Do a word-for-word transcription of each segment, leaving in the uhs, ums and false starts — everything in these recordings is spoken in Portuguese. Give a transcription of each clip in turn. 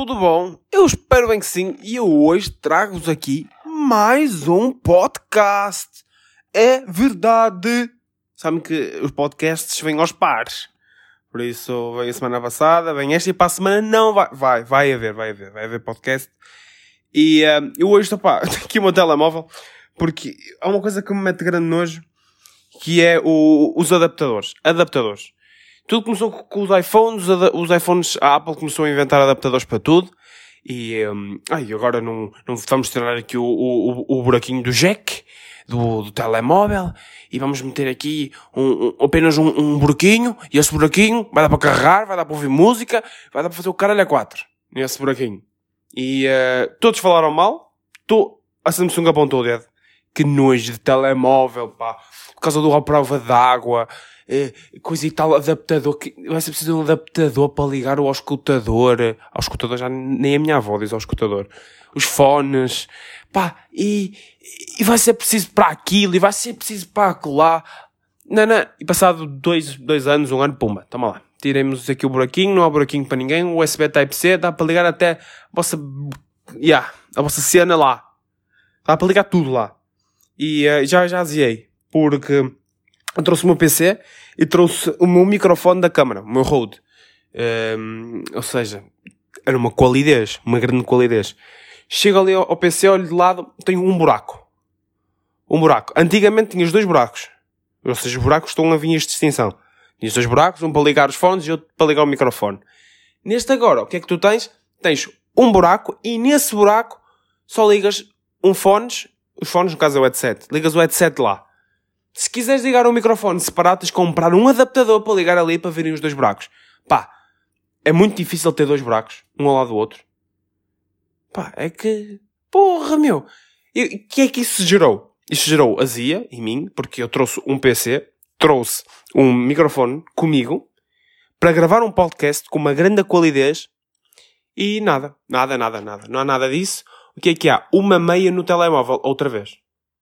tudo bom? Eu espero bem que sim, e eu hoje trago-vos aqui mais um podcast. É verdade. Sabem que os podcasts vêm aos pares. Por isso, vem a semana passada, vem esta, e para a semana não vai. Vai, vai haver, vai haver, vai haver podcast. E uh, eu hoje estou, pá, aqui o meu telemóvel, porque há uma coisa que me mete grande nojo, que é o, os adaptadores. Adaptadores. Tudo começou com os iPhones, os iPhones, a Apple começou a inventar adaptadores para tudo. E um, ai, agora não, não vamos tirar aqui o, o, o buraquinho do jack, do, do telemóvel, e vamos meter aqui um, um, apenas um, um buraquinho, e esse buraquinho vai dar para carregar, vai dar para ouvir música, vai dar para fazer o caralho a quatro, nesse buraquinho. E uh, todos falaram mal, tô, a Samsung apontou o dedo. Que nojo de telemóvel, pá, por causa do à prova d'água, eh, coisa e tal, adaptador, que vai ser preciso de um adaptador para ligar ao escutador, ao escutador, já nem a minha avó diz ao escutador, os fones, pá, e, e vai ser preciso para aquilo, e vai ser preciso para acolá, não, não, e passado dois, dois anos, um ano, pumba, toma lá, tiremos aqui o buraquinho, não há buraquinho para ninguém, o U S B Type-C, dá para ligar até a vossa, yeah, a vossa cena lá, dá para ligar tudo lá. E uh, já, já aziei, porque eu trouxe o meu P C e trouxe o meu microfone da câmara, o meu Rode. Um, ou seja, era uma qualidade, uma grande qualidade. Chego ali ao, ao P C, olho de lado, tenho um buraco. Um buraco. Antigamente tinhas dois buracos. Ou seja, os buracos estão a vinhas de extinção. Tinhas dois buracos, um para ligar os fones e outro para ligar o microfone. Neste agora, o que é que tu tens? Tens um buraco e nesse buraco só ligas um fones. Os fones, no caso é o headset. Ligas o headset lá. Se quiseres ligar um microfone separado, tens de comprar um adaptador para ligar ali para verem os dois buracos. Pá, é muito difícil ter dois buracos, um ao lado do outro. Pá, é que... Porra, meu! O que é que isso gerou? Isso gerou azia em mim, porque eu trouxe um P C, trouxe um microfone comigo, para gravar um podcast com uma grande qualidade, e nada. Nada, nada, nada. Não há nada disso. O que é que há? Uma meia no telemóvel, outra vez.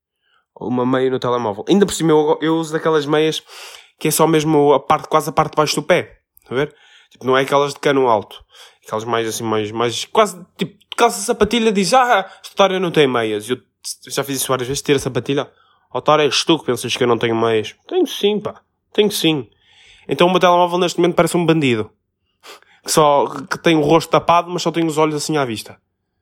Uma meia no telemóvel. Ainda por cima eu, eu uso daquelas meias que é só mesmo a parte, quase a parte de baixo do pé. Está a ver? Tipo, não é aquelas de cano alto. Aquelas mais assim, mais, mais quase, tipo, calça a sapatilha, diz, ah, esta otária não tem meias. Eu já fiz isso várias vezes, tira a sapatilha. Otária, és tu que pensas que eu não tenho meias. Tenho sim, pá. Tenho sim. Então o meu telemóvel neste momento parece um bandido. Que só, que tem o rosto tapado, mas só tem os olhos assim à vista.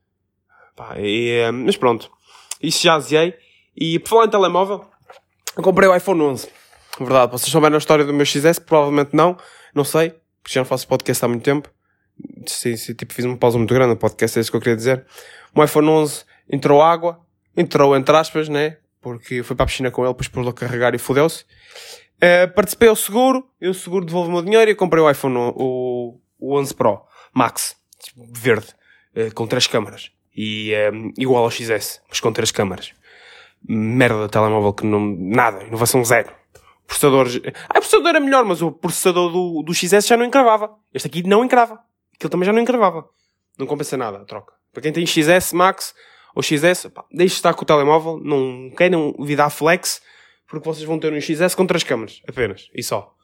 Pá, e, mas pronto, isso já aziei. E por falar em telemóvel, eu comprei o iPhone onze. Verdade, vocês souberam a história do meu X S? Provavelmente não, não sei, porque já não faço podcast há muito tempo. Se, se, tipo, fiz uma pausa muito grande no podcast, é isso que eu queria dizer. O iPhone onze entrou água, entrou entre aspas, né? Porque eu fui para a piscina com ele, depois pôs-lo a carregar e fodeu-se. Uh, participei ao seguro, e o seguro devolve o meu dinheiro e comprei o iPhone, o, o onze Pro Max, verde, uh, com três câmaras. E um, igual ao X S, mas com três câmaras. Merda de telemóvel que não... Nada, inovação zero. Processador... Ah, o processador era melhor, mas o processador do, do X S já não encravava. Este aqui não encrava. Aquele também já não encravava. Não compensa nada a troca. Para quem tem X S Max ou X S, pá, deixe estar com o telemóvel. Não queiram virar flex, porque vocês vão ter um X S com três câmaras, apenas. E só.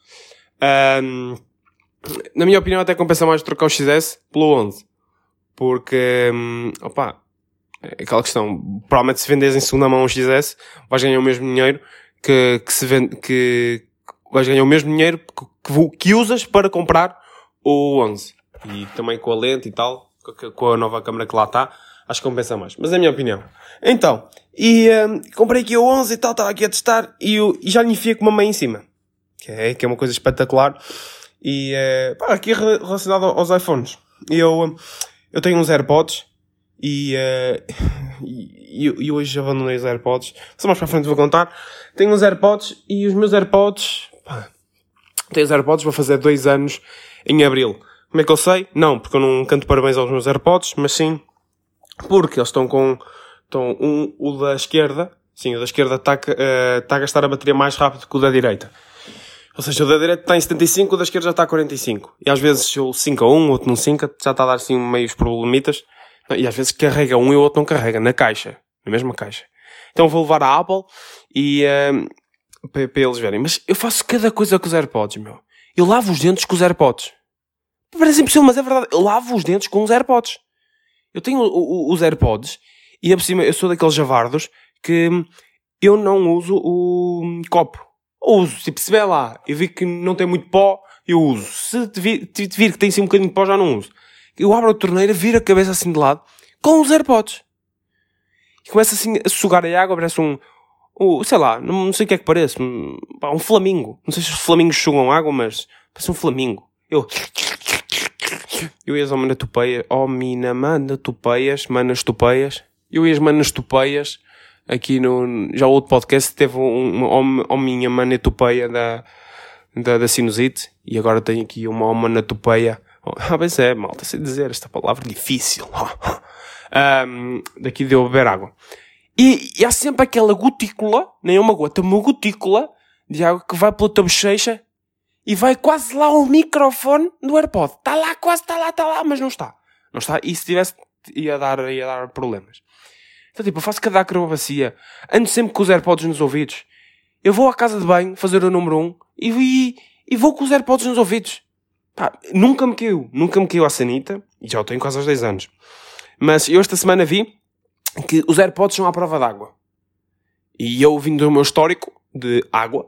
Um, na minha opinião, até compensa mais trocar o X S pelo onze. Porque, hum, opa, é aquela questão, provavelmente se vendes em segunda mão um X S, vais ganhar o mesmo dinheiro que, que se vende, que vais ganhar o mesmo dinheiro que, que, que usas para comprar o onze. E também com a lente e tal, com a nova câmera que lá está, acho que compensa mais. Mas é a minha opinião. Então, e hum, comprei aqui o onze e tal, estava aqui a testar, e, eu, e já lhe enfiei com uma meia em cima. Que é, que é uma coisa espetacular. E, uh, pá, aqui relacionado aos iPhones. Eu... Eu tenho uns AirPods e, uh, e, e hoje abandonei os AirPods. Só mais para a frente vou contar. Tenho uns AirPods e os meus AirPods... Pá, tenho os AirPods, vou fazer dois anos em abril. Como é que eu sei? Não, porque eu não canto parabéns aos meus AirPods, mas sim porque eles estão com... Estão um, o da esquerda... Sim, o da esquerda está uh, tá a gastar a bateria mais rápido que o da direita. Ou seja, o da direita está em setenta e cinco, o da esquerda já está a quarenta e cinco. E às vezes o cinco a um, o outro não cinco, já está a dar assim meios problemitas. E às vezes carrega um e o outro não carrega, na caixa. Na mesma caixa. Então vou levar à Apple e... Uh, para, para eles verem. Mas eu faço cada coisa com os AirPods, meu. Eu lavo os dentes com os AirPods. Parece impossível, mas é verdade. Eu lavo os dentes com os AirPods. Eu tenho o, o, os AirPods e, por cima, eu sou daqueles javardos que eu não uso o copo. Ou uso, tipo, se vier lá eu vi que não tem muito pó, eu uso. Se te vir, te vir que tem assim um bocadinho de pó, já não uso. Eu abro a torneira, viro a cabeça assim de lado, com os AirPods. E começo assim a sugar a água, parece um, um sei lá, não, não sei o que é que parece, um, um flamingo. Não sei se os flamingos sugam água, mas parece um flamingo. Eu... Eu e as omanatopeias, oh mina, manatopeias, manas topeias. Eu e as manas topeias, aqui no, já o outro podcast teve uma um, um, minha manatopeia da, da, da sinusite, e agora tenho aqui uma omanatopeia. Ah, mas é, malta, sei dizer esta palavra difícil. um, daqui deu a beber água. E, e há sempre aquela gotícula, nem é uma gota, uma gotícula de água que vai pela tua bochecha e vai quase lá ao microfone do AirPod. Está lá, quase está lá, está lá, mas não está. Não está, e se tivesse, ia dar, ia dar problemas. Então, tipo, eu faço cada acrobacia, ando sempre com os AirPods nos ouvidos. Eu vou à casa de banho fazer o número um e, e, e vou com os AirPods nos ouvidos. Pá, nunca me caiu, nunca me caiu a sanita, e já o tenho quase aos dez anos. Mas eu esta semana vi que os AirPods são à prova d'água. E eu, vindo do meu histórico de água,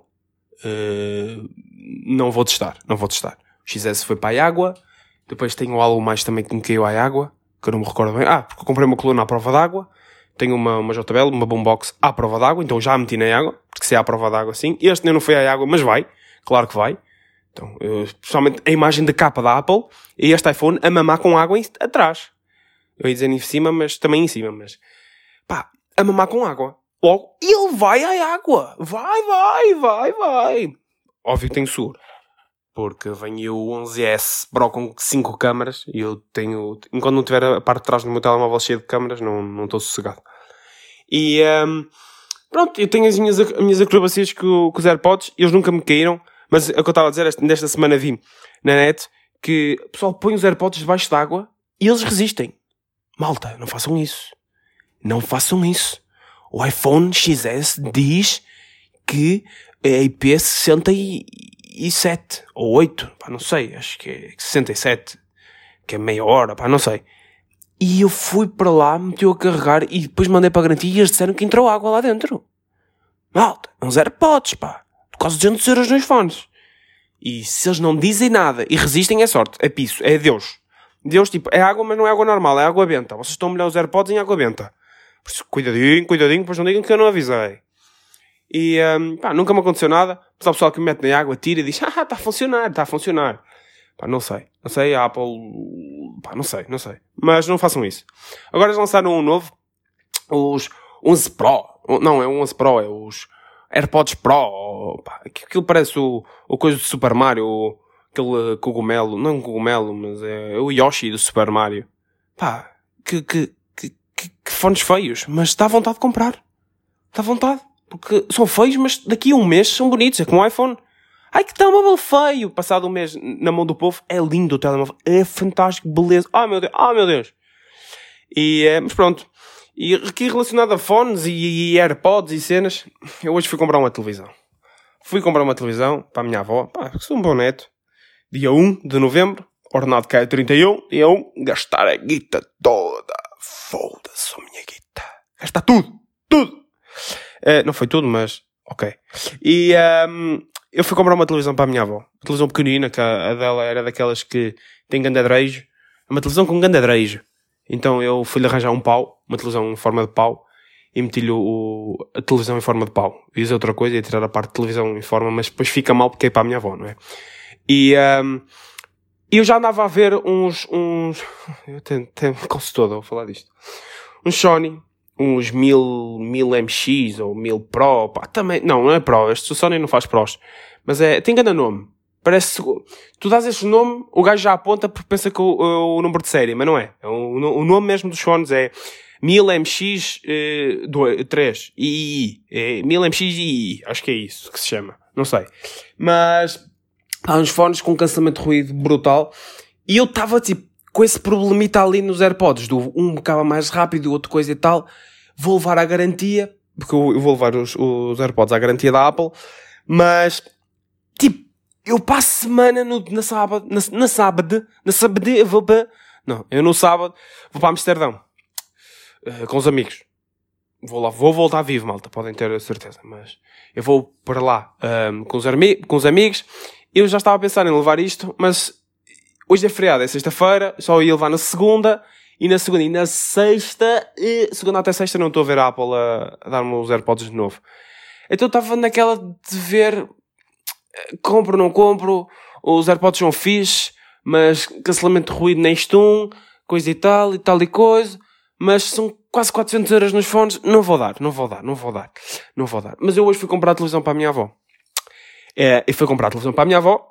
uh, não vou testar, não vou testar. O X S foi para a água, depois tenho algo mais também que me caiu à água, que eu não me recordo bem. Ah, porque eu comprei uma coluna à prova d'água, tenho uma, uma J B L, uma boombox à prova d'água, então já a meti na água, porque se é à prova d'água sim. Este ainda não foi à água, mas vai, claro que vai. Então, eu, pessoalmente, a imagem da capa da Apple e este iPhone a mamar com água em, atrás. Eu ia dizer em cima, mas também em cima, mas... Pá, a mamar com água. Logo, e ele vai à água. Vai, vai, vai, vai. Óbvio que tenho seguro. Porque vem o onze S Pro com cinco câmaras e eu tenho... Enquanto não tiver a parte de trás do meu telemóvel cheia de câmaras, não não estou sossegado. E, um, pronto, eu tenho as minhas, as minhas acrobacias com, com os AirPods e eles nunca me caíram. Mas é o que eu estava a dizer, nesta semana vi na net que o pessoal põe os AirPods debaixo d'água e eles resistem. Malta, não façam isso. Não façam isso. O iPhone X S diz que é I P sessenta e sete ou oito, pá, não sei, acho que é sessenta e sete, que é meia hora, pá, não sei. E eu fui para lá, meti-o a carregar e depois mandei para a garantia e eles disseram que entrou água lá dentro. Malta, uns AirPods, pá. Quase duzentos euros nos fones. E se eles não dizem nada e resistem, é sorte. É piso. É Deus. Deus, tipo, é água, mas não é água normal. É água benta. Vocês estão a molhar os AirPods em água benta. Por isso, cuidadinho, cuidadinho, depois não digam que eu não avisei. E, um, pá, nunca me aconteceu nada. Mas há o pessoal que me mete na água, tira e diz, ah, está a funcionar, está a funcionar. Pá, não sei. Não sei, a Apple... Pá, não sei, não sei. Mas não façam isso. Agora eles lançaram um novo. Os onze Pro. Não, é o onze Pro, é os... AirPods Pro, pá, aquilo parece o, o coisa do Super Mario, o, aquele cogumelo, não um cogumelo, mas é o Yoshi do Super Mario. Pá, que, que, que, que, que fones feios, mas dá vontade de comprar. Dá vontade, porque são feios, mas daqui a um mês são bonitos, é como o iPhone. Ai, que telemóvel feio! Passado um mês na mão do povo, é lindo o telemóvel, é fantástico, beleza. Ah, meu Deus, ah, meu Deus. E, é, mas pronto. E aqui relacionado a fones e, e AirPods e cenas, eu hoje fui comprar uma televisão. Fui comprar uma televisão para a minha avó, pá, sou um bom neto. Dia um de novembro, ordenado cai a trinta e um, dia um, gastar a guita toda. Foda-se a minha guita. Gastar tudo, tudo. Uh, não foi tudo, mas ok. E um, eu fui comprar uma televisão para a minha avó. Uma televisão pequenina, que a, a dela era daquelas que tem gandadrejo. Uma televisão com gandadrejo. Então eu fui-lhe arranjar um pau, uma televisão em forma de pau, e meti-lhe o, a televisão em forma de pau. Fiz outra coisa, ia tirar a parte de televisão em forma, mas depois fica mal porque é para a minha avó, não é? E um, eu já andava a ver uns... uns eu tenho, tenho consultor a falar disto. Uns Sony, uns mil, mil M X ou mil Pro, pá, também... Não, não é Pro, este Sony não faz Pros. Mas é... Tem grande nome. Parece... Tu dás este nome, o gajo já aponta porque pensa que o, o, o número de série, mas não é. O, o nome mesmo dos fones é mil M X três I I. É mil M X I I. Acho que é isso que se chama. Não sei. Mas há uns fones com cancelamento de ruído brutal. E eu estava tipo com esse problemita ali nos AirPods. Do um acaba mais rápido, outra coisa e tal. Vou levar à garantia. Porque eu, eu vou levar os, os AirPods à garantia da Apple. Mas tipo... Eu passo semana no, na sábado, na, na sábado, na sábado, eu vou para, Não, eu no sábado vou para Amsterdão. Uh, com os amigos. Vou lá, vou voltar vivo, malta, podem ter a certeza. Mas eu vou para lá um, com, os armi- com os amigos. Eu já estava a pensar em levar isto, mas hoje é feriado, é sexta-feira, só ia levar na segunda, e na segunda e na sexta, e segunda até sexta não estou a ver a Apple a, a dar-me os AirPods de novo. Então eu estava naquela de ver, compro ou não compro, os AirPods são fixe, mas cancelamento de ruído neste um, coisa e tal, e tal e coisa, mas são quase quatrocentos euros nos fones, não vou dar, não vou dar, não vou dar, não vou dar. Mas eu hoje fui comprar a televisão para a minha avó. É, eu fui comprar a televisão para a minha avó,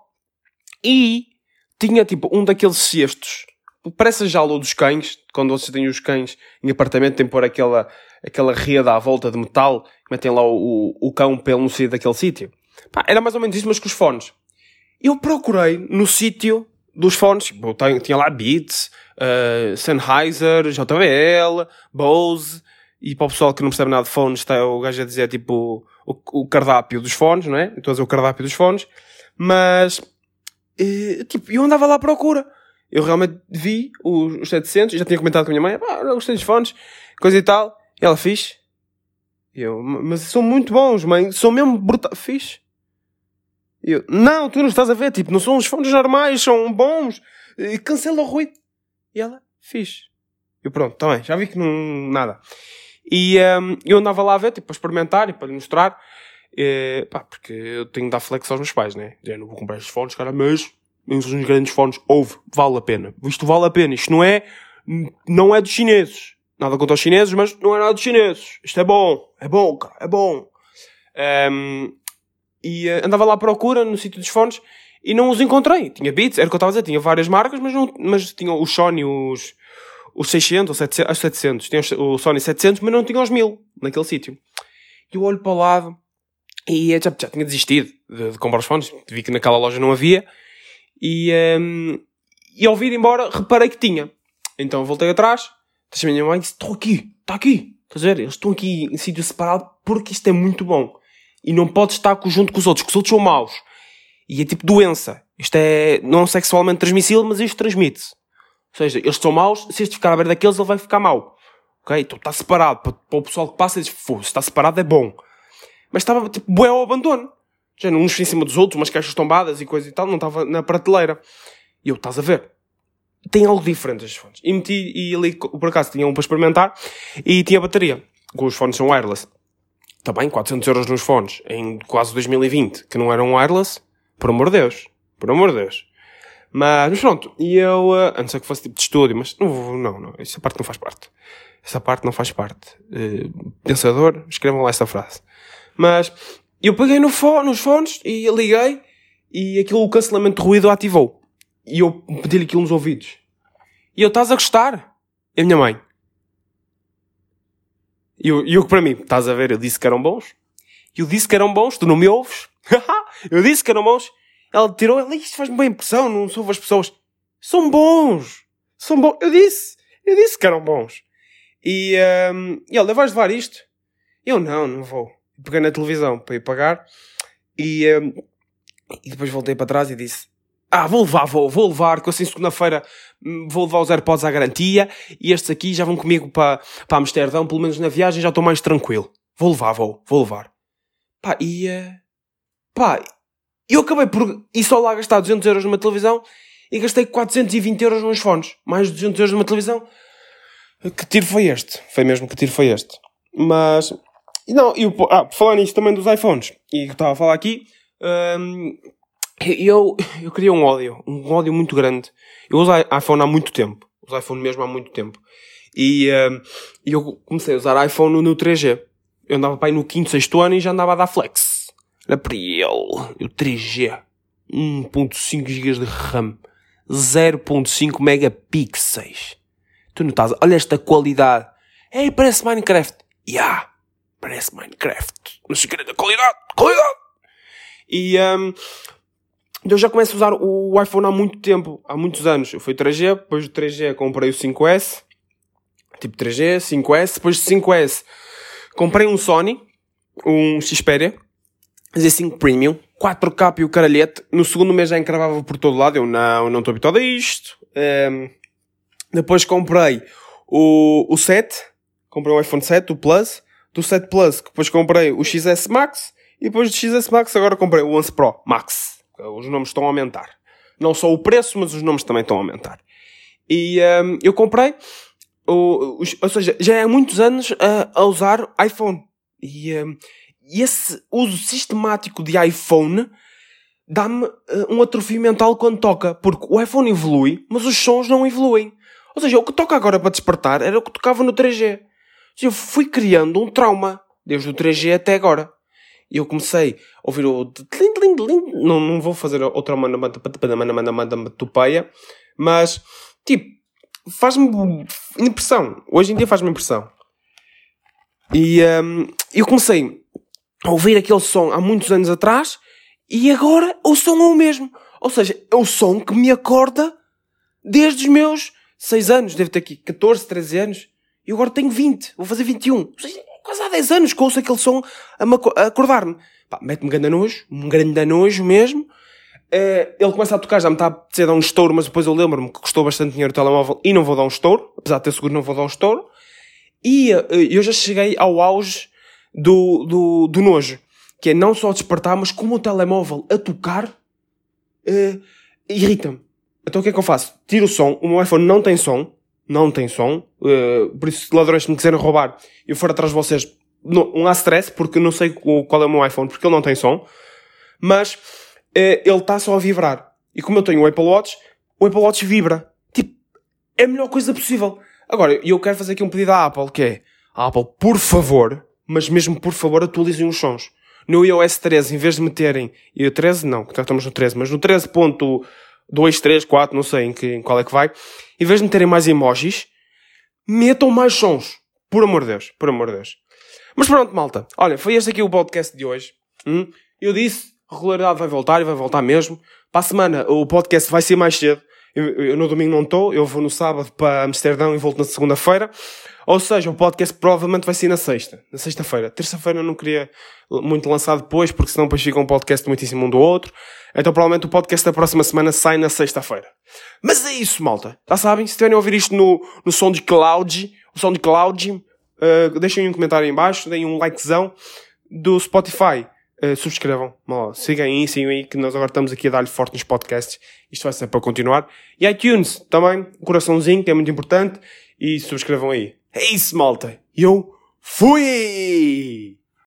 e tinha tipo um daqueles cestos, parece a jaula dos cães, quando vocês têm os cães em apartamento, tem que pôr aquela, aquela rede à volta de metal, que metem lá o, o, o cão pelo no sítio daquele sítio. Pá, era mais ou menos isso, mas com os fones. Eu procurei no sítio dos fones, tipo, tinha lá Beats, uh, Sennheiser, J B L, Bose, e para o pessoal que não percebe nada de fones, está o gajo a dizer tipo o, o cardápio dos fones, não é? Estou a dizer o cardápio dos fones, mas uh, tipo, eu andava lá à procura. Eu realmente vi os, os setecentos, já tinha comentado com a minha mãe, pá, eu gostei dos fones, coisa e tal, e ela fixe. Eu, mas são muito bons, mãe, são mesmo brutais, fixe. Eu, não, tu não estás a ver, tipo, não são os fones normais, são bons, cancela o ruído. E ela, fixe. Eu, pronto, tá bem, já vi que não, nada. E um, eu andava lá a ver, tipo, para experimentar e para lhe mostrar, e, pá, porque eu tenho de dar flex aos meus pais, né? Eu não vou comprar estes fones, cara, mas uns grandes fones, ouve, vale a pena. Isto vale a pena, isto não é, não é dos chineses. Nada contra os chineses, mas não é nada dos chineses. Isto é bom, é bom, cara, é bom. Um, E uh, andava lá à procura no sítio dos fones e não os encontrei. Tinha Beats, era o que eu estava a dizer, tinha várias marcas, mas, não, mas tinha os Sony, os, os seiscentos, ou setecentos, os setecentos. Tinha o Sony setecentos, mas não tinha os mil naquele sítio. E eu olho para o lado e já, já tinha desistido de, de comprar os fones. Vi que naquela loja não havia. E, um, e ao vir embora, reparei que tinha. Então voltei atrás, deixei a minha mãe e disse, estou aqui, está aqui. Estás a ver? Eles estão aqui em sítio separado porque isto é muito bom. E não pode estar junto com os outros, que os outros são maus. E é tipo doença. Isto é não sexualmente transmissível, mas isto transmite-se. Ou seja, eles são maus, se este ficar a ver daqueles, ele vai ficar mau. Ok? Então está separado. Para, para o pessoal que passa, diz, se está separado é bom. Mas estava tipo bué ao abandono. Já uns em cima dos outros, umas caixas tombadas e coisa e tal, não estava na prateleira. E eu, estás a ver? Tem algo diferente estes fones. E meti, e ali, por acaso, tinha um para experimentar, e tinha bateria. Com os fones são wireless. Está bem, quatrocentos euros nos fones, em quase dois mil e vinte, que não eram wireless, por amor de Deus, por amor de Deus. Mas, mas pronto, e eu, uh, a não ser que fosse tipo de estúdio, mas não, não, não, essa parte não faz parte. Essa parte não faz parte. Uh, pensador, escrevam lá essa frase. Mas eu peguei no fone, nos fones e liguei, e aquilo, o cancelamento de ruído ativou. E eu pedi-lhe aquilo nos ouvidos. E eu, estás a gostar? E a minha mãe. E eu, eu, para mim, estás a ver, eu disse que eram bons. Eu disse que eram bons, tu não me ouves. Eu disse que eram bons. Ela tirou, ela, isto faz-me bem impressão, não sou as pessoas. São bons. São bons. Eu disse, eu disse que eram bons. E, um, e ela, vais levar isto? Eu, não, não vou. Peguei na televisão para ir pagar. E, um, e depois voltei para trás e disse, ah, vou levar, vou, vou levar, que eu assim segunda-feira vou levar os AirPods à garantia e estes aqui já vão comigo para, para Amsterdão, pelo menos na viagem já estou mais tranquilo. Vou levar, vou, vou levar. Pá, e... Uh, pá, eu acabei por ir só lá gastar duzentos euros numa televisão e gastei quatrocentos e vinte euros nos fones. Mais duzentos euros numa televisão. Que tiro foi este? Foi mesmo que tiro foi este. Mas... Não, eu, ah, por falar nisto também dos iPhones, e eu estava a falar aqui... Um, Eu, eu queria um ódio, um ódio muito grande. Eu uso iPhone há muito tempo. Uso iPhone mesmo há muito tempo. E uh, eu comecei a usar iPhone no três G. Eu andava para aí no quinto, sexto ano e já andava a dar flex. Olha para ele. O três G. um ponto cinco gigas de RAM. zero ponto cinco megapixels. Tu não estás... Olha esta qualidade. Ei, parece Minecraft. Ya. Yeah, parece Minecraft. Não sei o que da qualidade. Qualidade. E... Um, eu já começo a usar o iPhone há muito tempo, há muitos anos. Eu fui três G, depois do três G comprei o cinco S, tipo três G, cinco S, depois do cinco S comprei um Sony, um Xperia, Z cinco Premium, quatro K e o caralhete. No segundo mês já encravava por todo lado, eu não, não estou habituado a isto. Um, Depois comprei o, o sete, comprei o iPhone sete, o Plus, do sete Plus, depois comprei o X S Max, e depois do X S Max agora comprei o onze Pro Max. Os nomes estão a aumentar. Não só o preço, mas os nomes também estão a aumentar. E um, eu comprei, o, o, ou seja, já há muitos anos a, a usar iPhone. E um, esse uso sistemático de iPhone dá-me uh, um atrofio mental quando toca. Porque o iPhone evolui, mas os sons não evoluem. Ou seja, o que toca agora para despertar era o que tocava no três G. Ou seja, eu fui criando um trauma, desde o três G até agora. E eu comecei a ouvir o... Não, não vou fazer outra manamatupeia, mas, tipo, faz-me impressão. Hoje em dia faz-me impressão. E um, eu comecei a ouvir aquele som há muitos anos atrás e agora o som é o mesmo. Ou seja, é o som que me acorda desde os meus seis anos. Devo ter aqui catorze, treze anos. E agora tenho vinte. Vou fazer vinte e um. Ou seja, quase há dez anos que ouço aquele som a, a acordar-me. Pá, mete-me grande nojo. Um grande nojo mesmo. Uh, ele começa a tocar, já me está a apetecer dar um estouro, mas depois eu lembro-me que custou bastante dinheiro o telemóvel e não vou dar um estouro. Apesar de ter seguro, não vou dar um estouro. E uh, eu já cheguei ao auge do, do, do nojo. Que é não só despertar, mas como o telemóvel a tocar uh, irrita-me. Então o que é que eu faço? Tiro o som. O meu iPhone não tem som. Não tem som. Uh, por isso, se ladrões me quiserem roubar, eu for atrás de vocês, não, não há stress, porque não sei qual é o meu iPhone, porque ele não tem som. Mas uh, ele está só a vibrar. E como eu tenho o Apple Watch, o Apple Watch vibra. Tipo, é a melhor coisa possível. Agora, eu quero fazer aqui um pedido à Apple, que é, a Apple, por favor, mas mesmo por favor, atualizem os sons. No i O S treze, em vez de meterem... E o treze, não, já estamos no treze, mas no treze ponto dois, três, quatro, não sei em, que, em qual é que vai, em vez de meterem mais emojis, metam mais sons. Por amor de Deus, por amor de Deus. Mas pronto, malta. Olha, foi este aqui o podcast de hoje. Hum? Eu disse, regularidade vai voltar e vai voltar mesmo. Para a semana, o podcast vai ser mais cedo. Eu, eu no domingo não estou, eu vou no sábado para Amsterdão e volto na segunda-feira. Ou seja, o podcast provavelmente vai ser na sexta. Na sexta-feira. Terça-feira eu não queria muito lançar depois, porque senão depois fica um podcast muitíssimo um do outro. Então provavelmente o podcast da próxima semana sai na sexta-feira. Mas é isso, malta. Já sabem, se tiverem a ouvir isto no, no SoundCloud, o SoundCloud, uh, deixem um comentário aí em baixo, deem um likezão do Spotify. Uh, subscrevam, oh, sigam aí, sigam aí, que nós agora estamos aqui a dar-lhe forte nos podcasts. Isto vai ser para continuar. E iTunes também, um coraçãozinho, que é muito importante. E subscrevam aí. É isso, malta. Eu fui!